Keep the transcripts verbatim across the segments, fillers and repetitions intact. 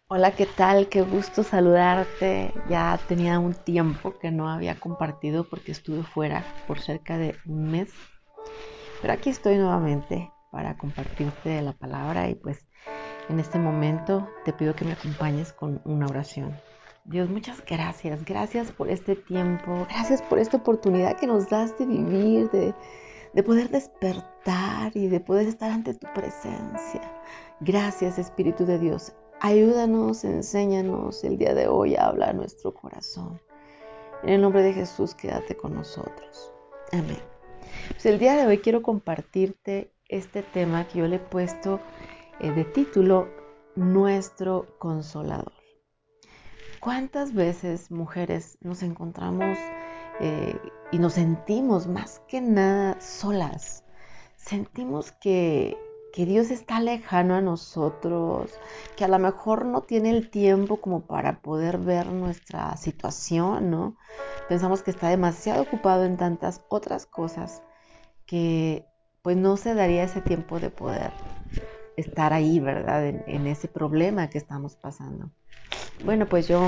Hola, ¿qué tal? Qué gusto saludarte. Ya tenía un tiempo que no había compartido porque estuve fuera por cerca de un mes, pero aquí estoy nuevamente para compartirte la palabra y pues en este momento te pido que me acompañes con una oración. Dios, muchas gracias. Gracias por este tiempo. Gracias por esta oportunidad que nos das de vivir, de, de poder despertar y de poder estar ante tu presencia. Gracias, Espíritu de Dios. Ayúdanos, enséñanos el día de hoy a hablar a nuestro corazón. En el nombre de Jesús, quédate con nosotros. Amén. Pues el día de hoy quiero compartirte este tema que yo le he puesto eh, de título Nuestro Consolador. ¿Cuántas veces, mujeres, nos encontramos eh, y nos sentimos más que nada solas? Sentimos que, que Dios está lejano a nosotros, que a lo mejor no tiene el tiempo como para poder ver nuestra situación, ¿no? Pensamos que está demasiado ocupado en tantas otras cosas que pues no se daría ese tiempo de poder estar ahí, ¿verdad? En, en ese problema que estamos pasando. Bueno, pues yo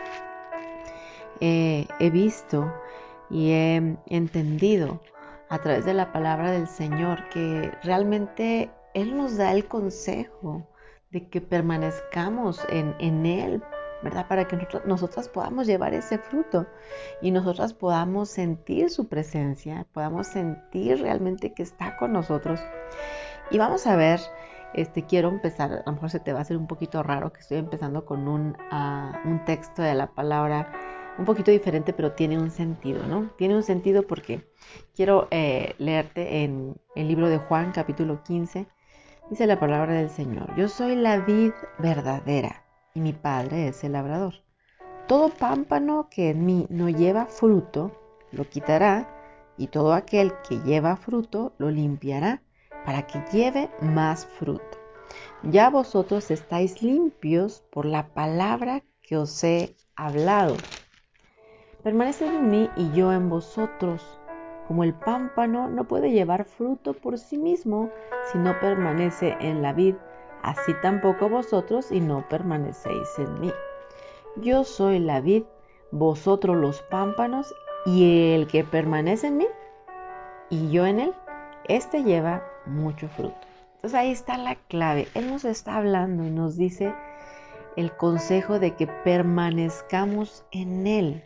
eh, he visto y he entendido a través de la palabra del Señor que realmente Él nos da el consejo de que permanezcamos en, en Él, ¿verdad? Para que nosotros, nosotras podamos llevar ese fruto y nosotras podamos sentir su presencia, podamos sentir realmente que está con nosotros. Y vamos a ver, este, quiero empezar, a lo mejor se te va a hacer un poquito raro que estoy empezando con un, uh, un texto de la palabra un poquito diferente, pero tiene un sentido, ¿no? Tiene un sentido porque quiero eh, leerte en el libro de Juan, capítulo quince, dice la palabra del Señor: yo soy la vid verdadera y mi Padre es el labrador. Todo pámpano que en mí no lleva fruto, lo quitará, y todo aquel que lleva fruto, lo limpiará, para que lleve más fruto. Ya vosotros estáis limpios por la palabra que os he hablado. Permaneced en mí y yo en vosotros. Como el pámpano no puede llevar fruto por sí mismo si no permanece en la vid, así tampoco vosotros si no permanecéis en mí. Yo soy la vid, vosotros los pámpanos, y el que permanece en mí y yo en él, éste lleva mucho fruto. Entonces ahí está la clave. Él nos está hablando y nos dice el consejo de que permanezcamos en él.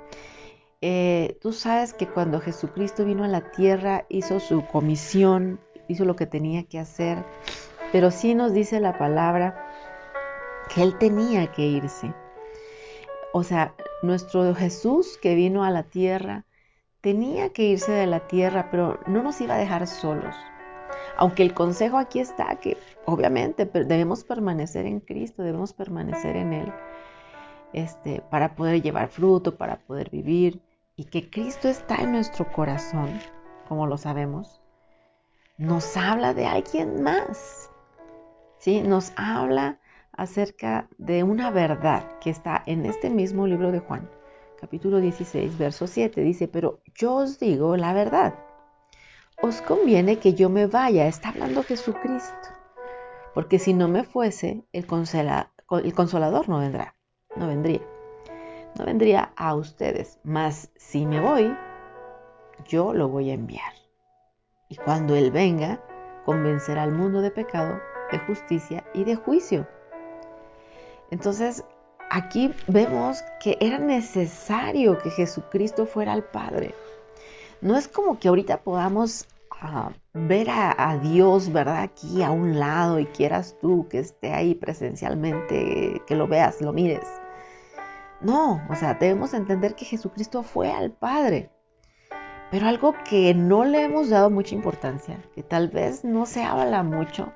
Eh, tú sabes que cuando Jesucristo vino a la tierra, hizo su comisión, hizo lo que tenía que hacer, pero sí nos dice la palabra que él tenía que irse. O sea, nuestro Jesús que vino a la tierra tenía que irse de la tierra, pero no nos iba a dejar solos. Aunque el consejo aquí está que obviamente debemos permanecer en Cristo, debemos permanecer en Él, este, para poder llevar fruto, para poder vivir, y que Cristo está en nuestro corazón, como lo sabemos, nos habla de alguien más, ¿sí? Nos habla acerca de una verdad que está en este mismo libro de Juan, capítulo dieciséis, verso siete. Dice: pero yo os digo la verdad, os conviene que yo me vaya. Está hablando Jesucristo, porque si no me fuese, el, consola, el consolador no vendrá, no vendría, no vendría a ustedes, mas si me voy, yo lo voy a enviar. Y cuando Él venga, convencerá al mundo de pecado, de justicia y de juicio. Entonces, aquí vemos que era necesario que Jesucristo fuera al Padre. No es como que ahorita podamos uh, ver a, a Dios, ¿verdad? Aquí a un lado y quieras tú que esté ahí presencialmente, que lo veas, lo mires. No, o sea, debemos entender que Jesucristo fue al Padre. Pero algo que no le hemos dado mucha importancia, que tal vez no se habla mucho,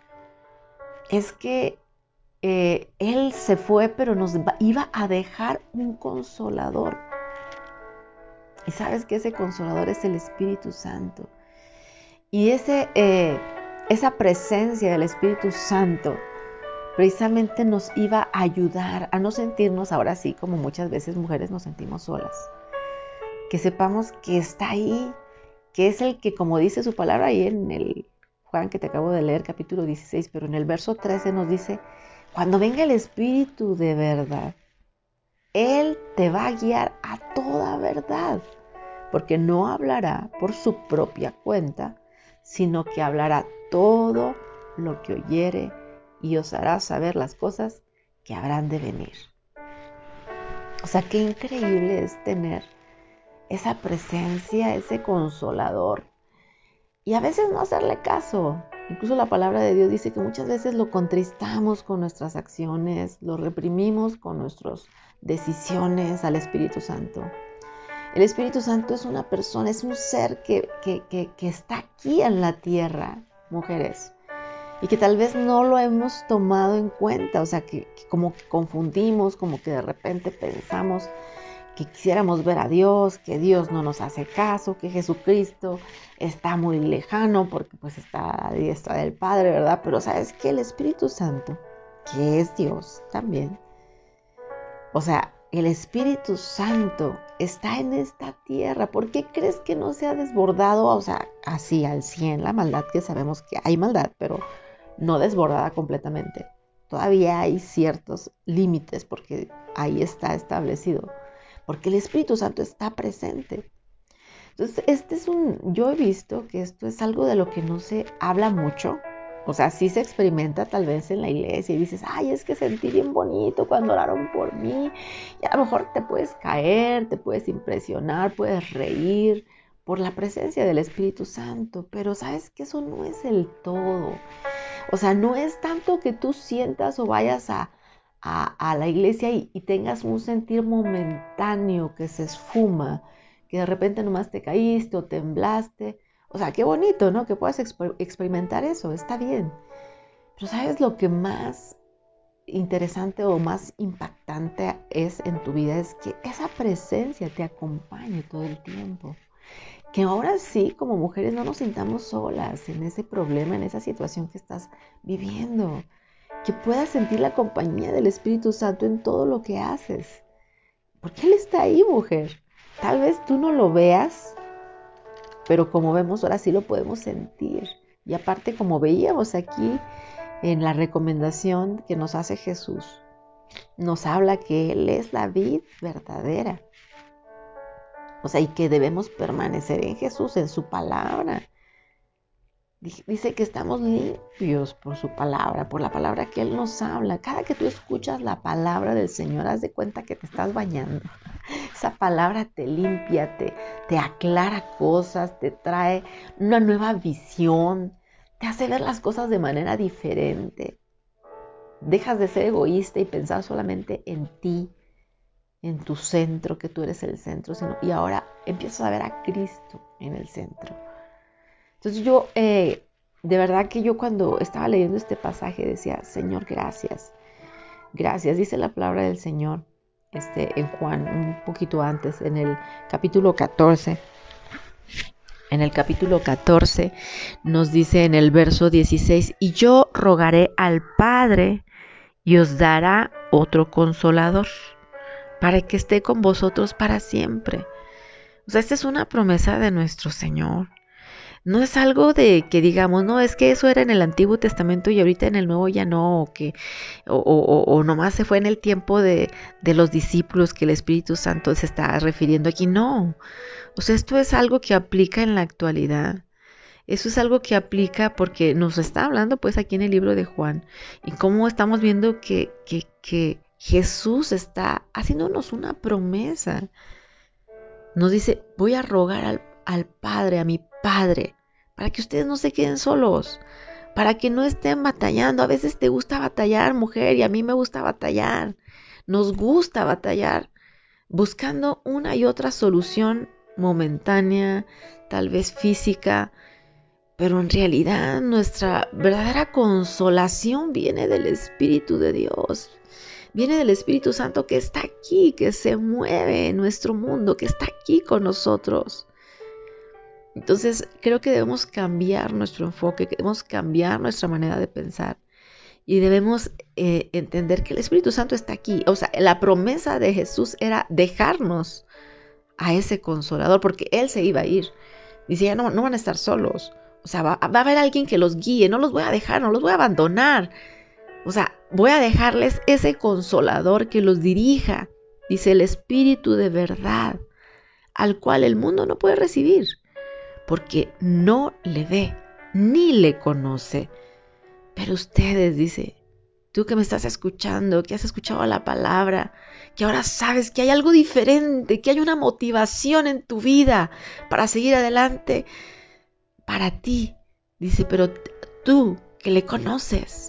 es que eh, Él se fue, pero nos iba a dejar un consolador. Y sabes que ese consolador es el Espíritu Santo. Y ese, eh, esa presencia del Espíritu Santo precisamente nos iba a ayudar a no sentirnos ahora sí como muchas veces mujeres nos sentimos solas. Que sepamos que está ahí, que es el que, como dice su palabra ahí en el Juan que te acabo de leer, capítulo dieciséis, pero en el verso trece nos dice: cuando venga el Espíritu de verdad, Él te va a guiar a toda verdad, porque no hablará por su propia cuenta, sino que hablará todo lo que oyere y os hará saber las cosas que habrán de venir. O sea, qué increíble es tener esa presencia, ese consolador, y a veces no hacerle caso. Incluso la palabra de Dios dice que muchas veces lo contristamos con nuestras acciones, lo reprimimos con nuestras decisiones al Espíritu Santo. El Espíritu Santo es una persona, es un ser que, que, que, que está aquí en la tierra, mujeres, y que tal vez no lo hemos tomado en cuenta, o sea, que, que como que confundimos, como que de repente pensamos que quisiéramos ver a Dios, que Dios no nos hace caso, que Jesucristo está muy lejano porque pues está a la diestra del Padre, ¿verdad? Pero ¿sabes qué? El Espíritu Santo, que es Dios también, o sea, el Espíritu Santo está en esta tierra. ¿Por qué crees que no se ha desbordado, o sea, así al cien la maldad? Que sabemos que hay maldad, pero no desbordada completamente. Todavía hay ciertos límites porque ahí está establecido. Porque el Espíritu Santo está presente. Entonces, este es un, yo he visto que esto es algo de lo que no se habla mucho. O sea, sí se experimenta tal vez en la iglesia y dices, ay, es que sentí bien bonito cuando oraron por mí. Y a lo mejor te puedes caer, te puedes impresionar, puedes reír por la presencia del Espíritu Santo. Pero sabes que eso no es el todo. O sea, no es tanto que tú sientas o vayas a, a, a la iglesia y, y tengas un sentir momentáneo que se esfuma, que de repente nomás te caíste o temblaste. O sea, qué bonito, ¿no? Que puedas exper- experimentar eso, está bien. Pero ¿sabes lo que más interesante o más impactante es en tu vida? Es que esa presencia te acompañe todo el tiempo. Que ahora sí, como mujeres, no nos sintamos solas en ese problema, en esa situación que estás viviendo. Que puedas sentir la compañía del Espíritu Santo en todo lo que haces. Porque Él está ahí, mujer. Tal vez tú no lo veas, pero como vemos, ahora sí lo podemos sentir. Y aparte, como veíamos aquí en la recomendación que nos hace Jesús, nos habla que Él es la vid verdadera. O sea, y que debemos permanecer en Jesús, en su palabra. Dice que estamos limpios por su palabra, por la palabra que Él nos habla. Cada que tú escuchas la palabra del Señor, haz de cuenta que te estás bañando. Esa palabra te limpia, te, te aclara cosas, te trae una nueva visión, te hace ver las cosas de manera diferente. Dejas de ser egoísta y pensar solamente en ti, en tu centro, que tú eres el centro, sino, y ahora empiezas a ver a Cristo en el centro. Entonces yo, eh, de verdad que yo cuando estaba leyendo este pasaje decía, Señor, gracias, gracias. Dice la palabra del Señor este, en Juan, un poquito antes, en el capítulo catorce. En el capítulo catorce nos dice en el verso dieciséis, y yo rogaré al Padre y os dará otro consolador para que esté con vosotros para siempre. O sea, esta es una promesa de nuestro Señor. No es algo de que digamos, no, es que eso era en el Antiguo Testamento y ahorita en el Nuevo ya no, o que o, o, o nomás se fue en el tiempo de, de los discípulos que el Espíritu Santo se está refiriendo aquí. No, o sea, esto es algo que aplica en la actualidad. Eso es algo que aplica porque nos está hablando pues aquí en el libro de Juan y cómo estamos viendo que, que, que Jesús está haciéndonos una promesa. Nos dice, voy a rogar al, al Padre, a mi Padre, para que ustedes no se queden solos, para que no estén batallando. A veces te gusta batallar, mujer, y a mí me gusta batallar. Nos gusta batallar buscando una y otra solución momentánea, tal vez física, pero en realidad nuestra verdadera consolación viene del Espíritu de Dios. Viene del Espíritu Santo que está aquí, que se mueve en nuestro mundo, que está aquí con nosotros. Entonces creo que debemos cambiar nuestro enfoque, que debemos cambiar nuestra manera de pensar y debemos eh, entender que el Espíritu Santo está aquí. O sea, la promesa de Jesús era dejarnos a ese consolador porque Él se iba a ir. Decía, no, no van a estar solos. O sea, va, va a haber alguien que los guíe, no los voy a dejar, no los voy a abandonar. O sea, voy a dejarles ese consolador que los dirija, dice el Espíritu de verdad, al cual el mundo no puede recibir, porque no le ve ni le conoce. Pero ustedes, dice, tú que me estás escuchando, que has escuchado la palabra, que ahora sabes que hay algo diferente, que hay una motivación en tu vida para seguir adelante, para ti, dice, pero tú que le conoces,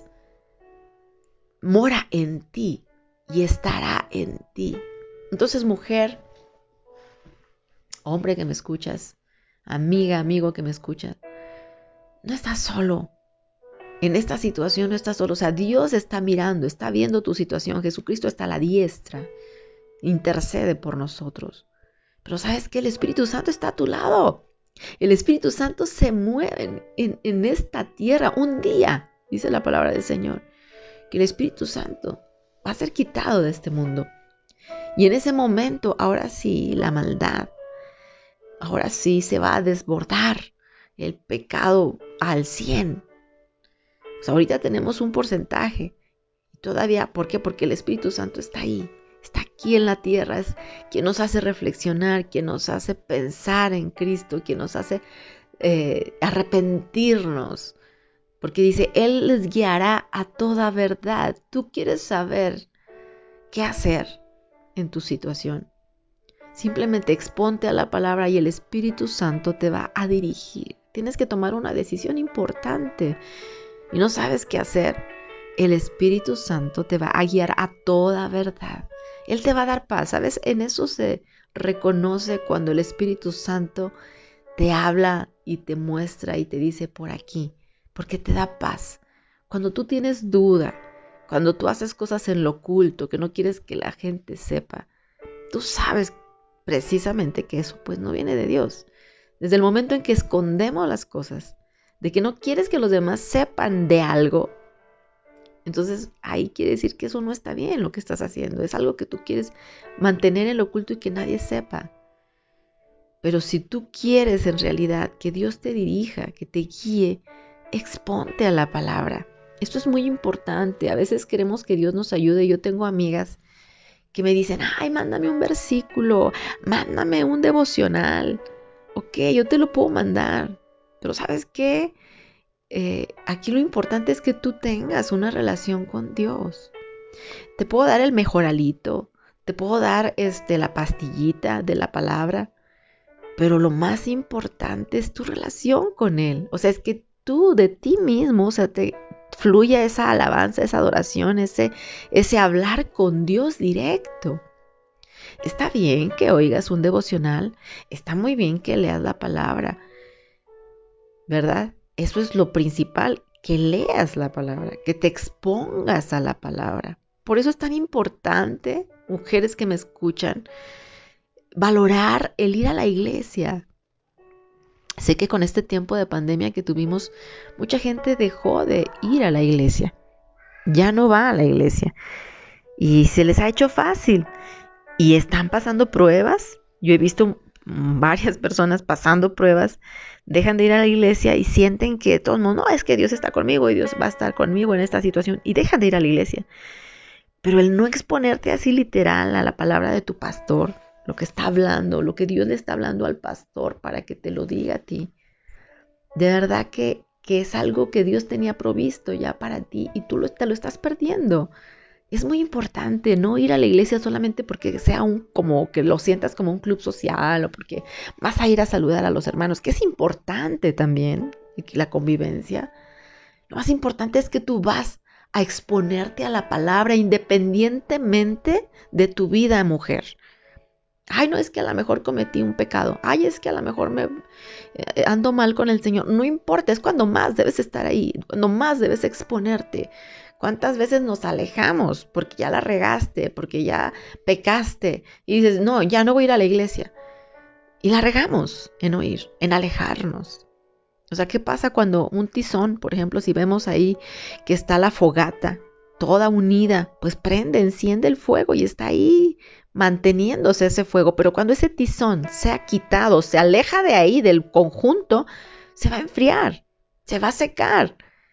mora en ti y estará en ti. Entonces, mujer, hombre que me escuchas, amiga, amigo que me escuchas, no estás solo. En esta situación no estás solo. O sea, Dios está mirando, está viendo tu situación. Jesucristo está a la diestra, intercede por nosotros. Pero ¿sabes qué? El Espíritu Santo está a tu lado. El Espíritu Santo se mueve en, en, en esta tierra un día, dice la palabra del Señor, que el Espíritu Santo va a ser quitado de este mundo. Y en ese momento, ahora sí, la maldad, ahora sí se va a desbordar el pecado al cien. O sea, ahorita tenemos un porcentaje. Todavía, ¿por qué? Porque el Espíritu Santo está ahí, está aquí en la tierra, es quien nos hace reflexionar, quien nos hace pensar en Cristo, quien nos hace eh, arrepentirnos. Porque dice, Él les guiará a toda verdad. Tú quieres saber qué hacer en tu situación. Simplemente exponte a la palabra y el Espíritu Santo te va a dirigir. Tienes que tomar una decisión importante y no sabes qué hacer. El Espíritu Santo te va a guiar a toda verdad. Él te va a dar paz. ¿Sabes? En eso se reconoce cuando el Espíritu Santo te habla y te muestra y te dice por aquí, porque te da paz. Cuando tú tienes duda, cuando tú haces cosas en lo oculto que no quieres que la gente sepa, tú sabes precisamente que eso pues no viene de Dios. Desde el momento en que escondemos las cosas, de que no quieres que los demás sepan de algo, entonces ahí quiere decir que eso no está bien lo que estás haciendo. Es algo que tú quieres mantener en lo oculto y que nadie sepa. Pero si tú quieres en realidad que Dios te dirija, que te guíe, exponte a la palabra. Esto es muy importante. A veces queremos que Dios nos ayude. Yo tengo amigas que me dicen, ay, mándame un versículo, mándame un devocional. Ok, yo te lo puedo mandar. Pero ¿sabes qué? Eh, aquí lo importante es que tú tengas una relación con Dios. Te puedo dar el mejoralito, te puedo dar este, la pastillita de la palabra, pero lo más importante es tu relación con Él. O sea, es que tú de ti mismo, o sea, te fluya esa alabanza, esa adoración, ese, ese hablar con Dios directo. Está bien que oigas un devocional, está muy bien que leas la palabra, ¿verdad? Eso es lo principal, que leas la palabra, que te expongas a la palabra. Por eso es tan importante, mujeres que me escuchan, valorar el ir a la iglesia. Sé que con este tiempo de pandemia que tuvimos, mucha gente dejó de ir a la iglesia. Ya no va a la iglesia. Y se les ha hecho fácil. Y están pasando pruebas. Yo he visto varias personas pasando pruebas, dejan de ir a la iglesia y sienten que todo el mundo, no, es que Dios está conmigo y Dios va a estar conmigo en esta situación, y dejan de ir a la iglesia. Pero el no exponerte así literal a la palabra de tu pastor, lo que está hablando, lo que Dios le está hablando al pastor para que te lo diga a ti, de verdad que, que es algo que Dios tenía provisto ya para ti y tú lo, te lo estás perdiendo. Es muy importante no ir a la iglesia solamente porque sea un, como que lo sientas como un club social o porque vas a ir a saludar a los hermanos, que es importante también, la convivencia. Lo más importante es que tú vas a exponerte a la palabra independientemente de tu vida, mujer. Ay, no, es que a lo mejor cometí un pecado. Ay, es que a lo mejor me eh, ando mal con el Señor. No importa, es cuando más debes estar ahí, cuando más debes exponerte. ¿Cuántas veces nos alejamos porque ya la regaste, porque ya pecaste? Y dices, no, ya no voy a ir a la iglesia. Y la regamos en oír, en alejarnos. O sea, ¿qué pasa cuando un tizón, por ejemplo, si vemos ahí que está la fogata toda unida, pues prende, enciende el fuego y está ahí manteniéndose ese fuego, pero cuando ese tizón se ha quitado, se aleja de ahí, del conjunto, se va a enfriar, se va a secar.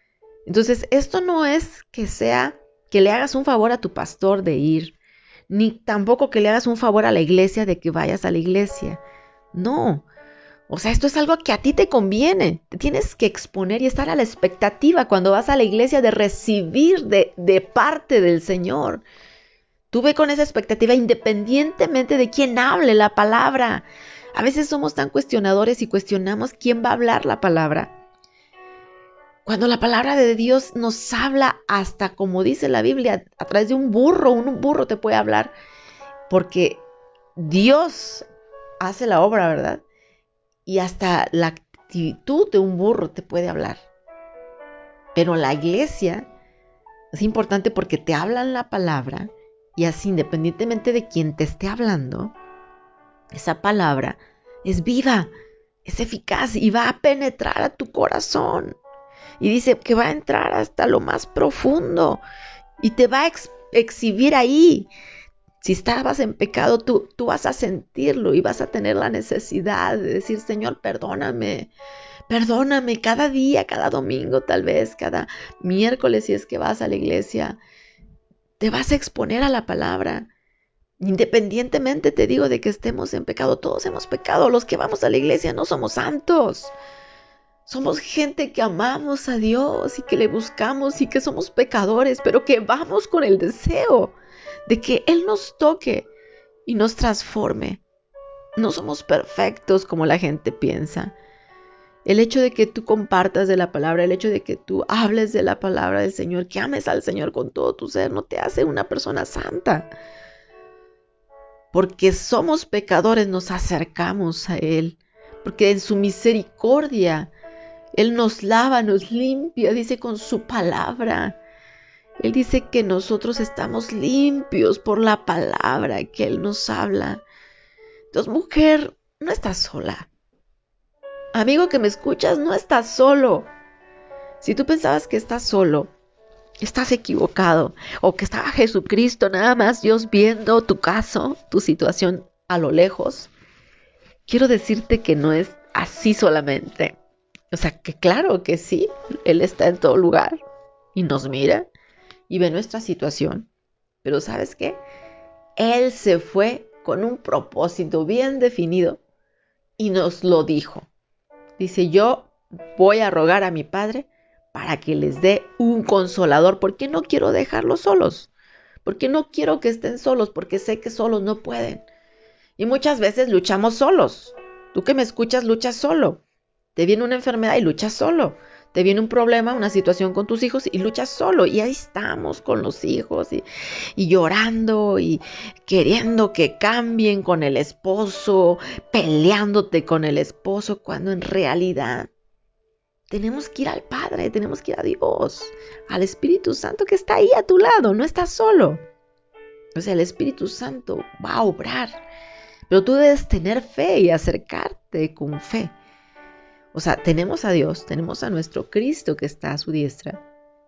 Entonces, esto no es que sea que le hagas un favor a tu pastor de ir, ni tampoco que le hagas un favor a la iglesia de que vayas a la iglesia. No. O sea, esto es algo que a ti te conviene. Te tienes que exponer y estar a la expectativa cuando vas a la iglesia de recibir de, de parte del Señor. Tú ve con esa expectativa independientemente de quién hable la palabra. A veces somos tan cuestionadores y cuestionamos quién va a hablar la palabra. Cuando la palabra de Dios nos habla hasta, como dice la Biblia, a través de un burro, un burro te puede hablar, porque Dios hace la obra, ¿verdad? Y hasta la actitud de un burro te puede hablar. Pero la iglesia es importante porque te hablan la palabra y así, independientemente de quién te esté hablando, esa palabra es viva, es eficaz y va a penetrar a tu corazón. Y dice que va a entrar hasta lo más profundo y te va a ex- exhibir ahí. Si estabas en pecado, tú, tú vas a sentirlo y vas a tener la necesidad de decir, Señor, perdóname, perdóname cada día, cada domingo tal vez, cada miércoles si es que vas a la iglesia. Te vas a exponer a la palabra. Independientemente, te digo, de que estemos en pecado, todos hemos pecado. Los que vamos a la iglesia no somos santos. Somos gente que amamos a Dios y que le buscamos y que somos pecadores, pero que vamos con el deseo de que Él nos toque y nos transforme. No somos perfectos como la gente piensa. El hecho de que tú compartas de la palabra, el hecho de que tú hables de la palabra del Señor, que ames al Señor con todo tu ser, no te hace una persona santa. Porque somos pecadores, nos acercamos a Él. Porque en su misericordia Él nos lava, nos limpia, dice con su palabra. Él dice que nosotros estamos limpios por la palabra que Él nos habla. Entonces, mujer, no estás sola. Amigo que me escuchas, no estás solo. Si tú pensabas que estás solo, estás equivocado. O que estaba Jesucristo, nada más Dios viendo tu caso, tu situación a lo lejos. Quiero decirte que no es así solamente. O sea, que claro que sí, Él está en todo lugar y nos mira y ve nuestra situación. Pero ¿sabes qué? Él se fue con un propósito bien definido y nos lo dijo. Dice, yo voy a rogar a mi Padre para que les dé un consolador, porque no quiero dejarlos solos, porque no quiero que estén solos, porque sé que solos no pueden. Y muchas veces luchamos solos. Tú que me escuchas, luchas solo. Te viene una enfermedad y luchas solo. Te viene un problema, una situación con tus hijos y luchas solo. Y ahí estamos con los hijos y, y llorando y queriendo que cambien con el esposo, peleándote con el esposo, cuando en realidad tenemos que ir al Padre, tenemos que ir a Dios, al Espíritu Santo que está ahí a tu lado, no estás solo. O sea, el Espíritu Santo va a obrar, pero tú debes tener fe y acercarte con fe. O sea, tenemos a Dios, tenemos a nuestro Cristo que está a su diestra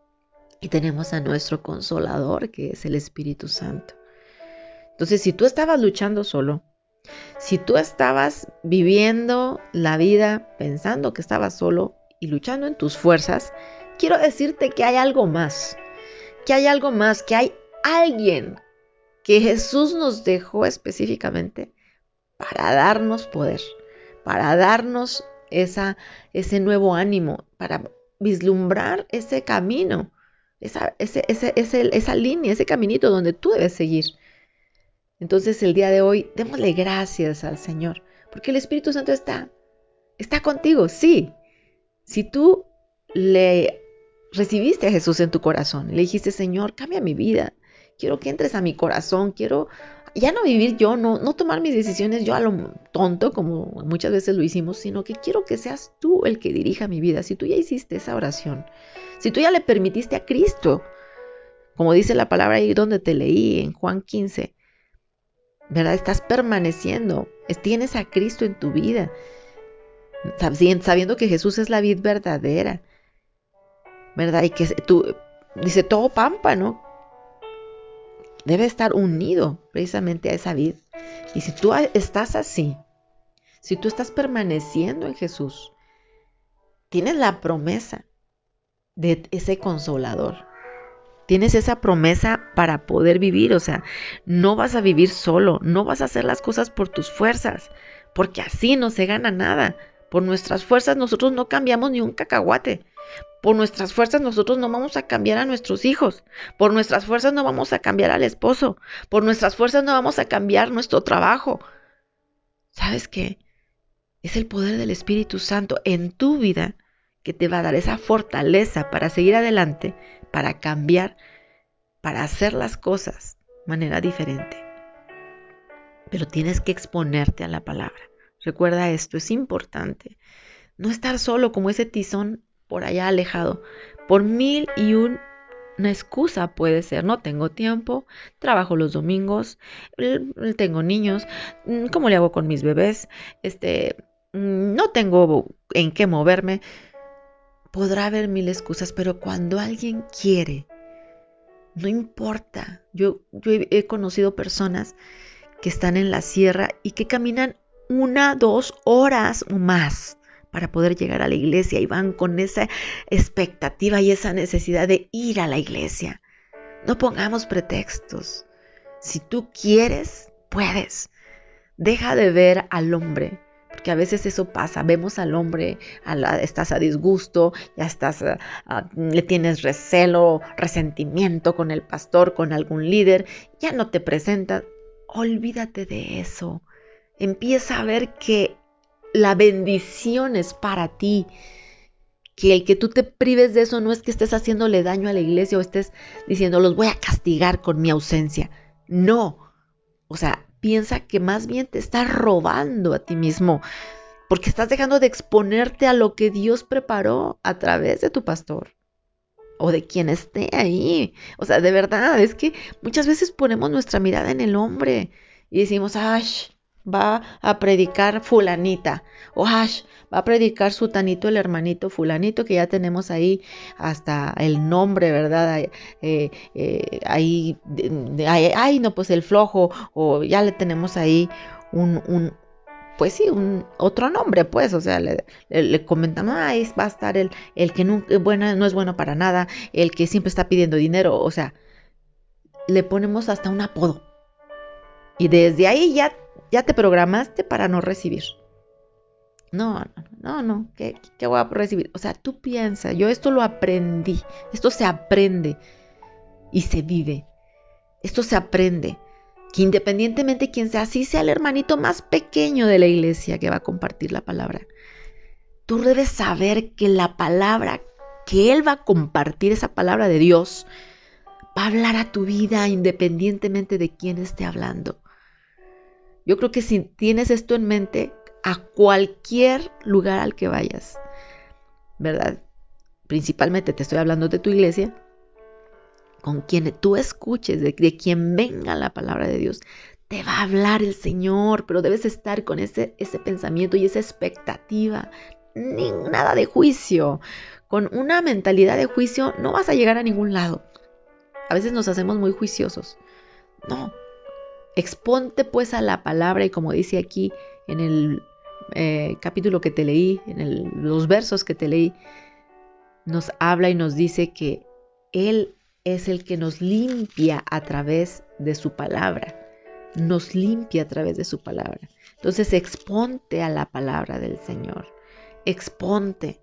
y tenemos a nuestro Consolador que es el Espíritu Santo. Entonces, si tú estabas luchando solo, si tú estabas viviendo la vida pensando que estabas solo y luchando en tus fuerzas, quiero decirte que hay algo más, que hay algo más, que hay alguien que Jesús nos dejó específicamente para darnos poder, para darnos esa, ese nuevo ánimo, para vislumbrar ese camino, esa, ese, ese, ese, esa línea, ese caminito donde tú debes seguir. Entonces el día de hoy, démosle gracias al Señor, porque el Espíritu Santo está, está contigo, sí. Si tú le recibiste a Jesús en tu corazón, le dijiste, Señor, cambia mi vida, quiero que entres a mi corazón, quiero ya no vivir yo, no, no tomar mis decisiones yo a lo tonto, como muchas veces lo hicimos, sino que quiero que seas tú el que dirija mi vida. Si tú ya hiciste esa oración, si tú ya le permitiste a Cristo, como dice la palabra ahí donde te leí en Juan quince, ¿verdad? Estás permaneciendo, tienes a Cristo en tu vida, sabiendo que Jesús es la vid verdadera, ¿verdad? Y que tú, dice, todo pámpano debe estar unido precisamente a esa vid. Y si tú estás así, si tú estás permaneciendo en Jesús, tienes la promesa de ese consolador. Tienes esa promesa para poder vivir, o sea, no vas a vivir solo, no vas a hacer las cosas por tus fuerzas, porque así no se gana nada. Por nuestras fuerzas nosotros no cambiamos ni un cacahuate. Por nuestras fuerzas nosotros no vamos a cambiar a nuestros hijos. Por nuestras fuerzas no vamos a cambiar al esposo. Por nuestras fuerzas no vamos a cambiar nuestro trabajo. ¿Sabes qué? Es el poder del Espíritu Santo en tu vida que te va a dar esa fortaleza para seguir adelante, para cambiar, para hacer las cosas de manera diferente. Pero tienes que exponerte a la palabra. Recuerda esto, es importante. No estar solo como ese tizón por allá alejado. Por mil y un, una excusa puede ser. No tengo tiempo, trabajo los domingos, tengo niños, ¿cómo le hago con mis bebés? Este, no tengo en qué moverme. Podrá haber mil excusas, pero cuando alguien quiere, no importa. Yo, yo he, he conocido personas que están en la sierra y que caminan una, dos horas o más para poder llegar a la iglesia y van con esa expectativa y esa necesidad de ir a la iglesia. No pongamos pretextos. Si tú quieres, puedes. Deja de ver al hombre, porque a veces eso pasa. Vemos al hombre, a la, estás a disgusto, ya estás, a, a, le tienes recelo, resentimiento con el pastor, con algún líder, ya no te presentas. Olvídate de eso. Empieza a ver que la bendición es para ti. Que el que tú te prives de eso no es que estés haciéndole daño a la iglesia o estés diciendo los voy a castigar con mi ausencia. No. O sea, piensa que más bien te estás robando a ti mismo porque estás dejando de exponerte a lo que Dios preparó a través de tu pastor o de quien esté ahí. O sea, de verdad, es que muchas veces ponemos nuestra mirada en el hombre y decimos, ¡ay! Va a predicar fulanita, o ¡ay! Va a predicar sutanito, el hermanito fulanito, que ya tenemos ahí hasta el nombre, ¿verdad? Eh, eh, ahí, de, de, ay, ay, no, pues el flojo, o ya le tenemos ahí un, un pues sí, un otro nombre, pues, o sea, le, le, le comentamos, ah, es, va a estar el, el que nunca, bueno, no es bueno para nada, el que siempre está pidiendo dinero, o sea, le ponemos hasta un apodo. Y desde ahí ya, ya te programaste para no recibir. No, no, no, no, ¿qué, ¿qué voy a recibir? O sea, tú piensas, yo esto lo aprendí, esto se aprende y se vive, esto se aprende. Que independientemente de quién sea, así sea el hermanito más pequeño de la iglesia que va a compartir la palabra, tú debes saber que la palabra que Él va a compartir, esa palabra de Dios, va a hablar a tu vida independientemente de quién esté hablando. Yo creo que si tienes esto en mente, a cualquier lugar al que vayas, ¿verdad? Principalmente te estoy hablando de tu iglesia, con quien tú escuches, de, de quien venga la palabra de Dios, te va a hablar el Señor, pero debes estar con ese, ese pensamiento y esa expectativa. Ni, nada de juicio. Con una mentalidad de juicio no vas a llegar a ningún lado. A veces nos hacemos muy juiciosos. No. Exponte pues a la palabra y como dice aquí en el eh, capítulo que te leí, en el, los versos que te leí, nos habla y nos dice que Él es el que nos limpia a través de su palabra. Nos limpia a través de su palabra. Entonces exponte a la palabra del Señor. Exponte.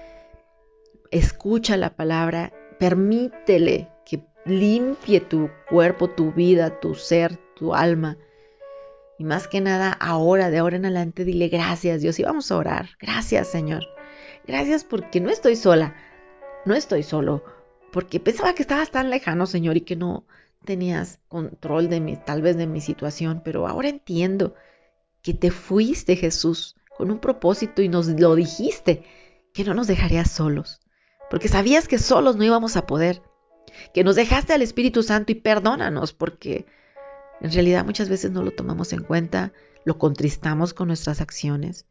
Escucha la palabra. Permítele que limpie tu cuerpo, tu vida, tu ser, tu alma. Y más que nada, ahora, de ahora en adelante, dile gracias, Dios. Y vamos a orar. Gracias, Señor. Gracias porque no estoy sola. No estoy solo. Porque pensaba que estabas tan lejano, Señor, y que no tenías control de mi, tal vez de mi situación. Pero ahora entiendo que te fuiste, Jesús, con un propósito y nos lo dijiste, que no nos dejarías solos. Porque sabías que solos no íbamos a poder. Que nos dejaste al Espíritu Santo y perdónanos porque en realidad muchas veces no lo tomamos en cuenta, lo contristamos con nuestras acciones,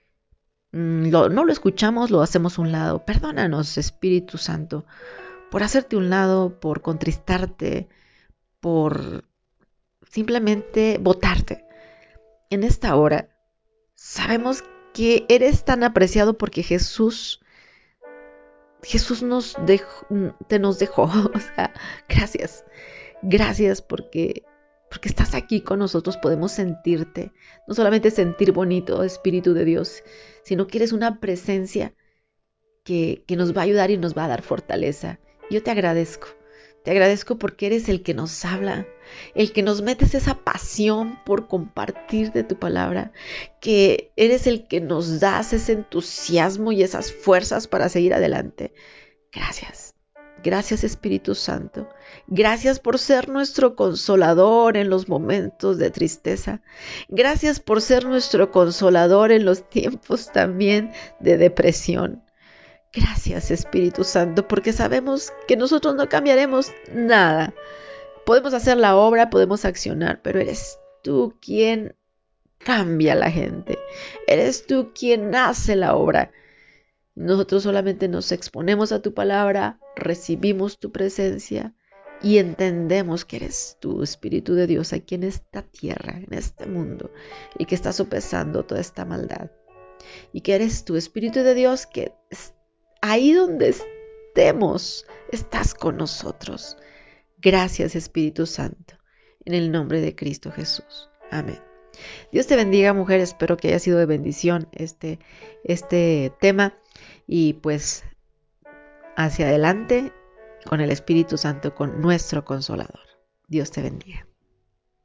lo, no lo escuchamos, lo hacemos a un lado. Perdónanos, Espíritu Santo, por hacerte a un lado, por contristarte, por simplemente botarte. En esta hora sabemos que eres tan apreciado porque Jesús Jesús nos dejó, te nos dejó. O sea, gracias. Gracias porque, porque estás aquí con nosotros. Podemos sentirte. No solamente sentir bonito, Espíritu de Dios, sino que eres una presencia que, que nos va a ayudar y nos va a dar fortaleza. Yo te agradezco. Te agradezco porque eres el que nos habla, el que nos metes esa pasión por compartir de tu palabra, que eres el que nos das ese entusiasmo y esas fuerzas para seguir adelante. Gracias. Gracias, Espíritu Santo. Gracias por ser nuestro consolador en los momentos de tristeza. Gracias por ser nuestro consolador en los tiempos también de depresión. Gracias, Espíritu Santo, porque sabemos que nosotros no cambiaremos nada. Podemos hacer la obra, podemos accionar, pero eres tú quien cambia a la gente. Eres tú quien hace la obra. Nosotros solamente nos exponemos a tu palabra, recibimos tu presencia y entendemos que eres tú, Espíritu de Dios, aquí en esta tierra, en este mundo, y que está sopesando toda esta maldad. Y que eres tú, Espíritu de Dios, que ahí donde estemos, estás con nosotros. Gracias, Espíritu Santo, en el nombre de Cristo Jesús. Amén. Dios te bendiga, mujer. Espero que haya sido de bendición este, este tema. Y pues hacia adelante con el Espíritu Santo, con nuestro Consolador. Dios te bendiga.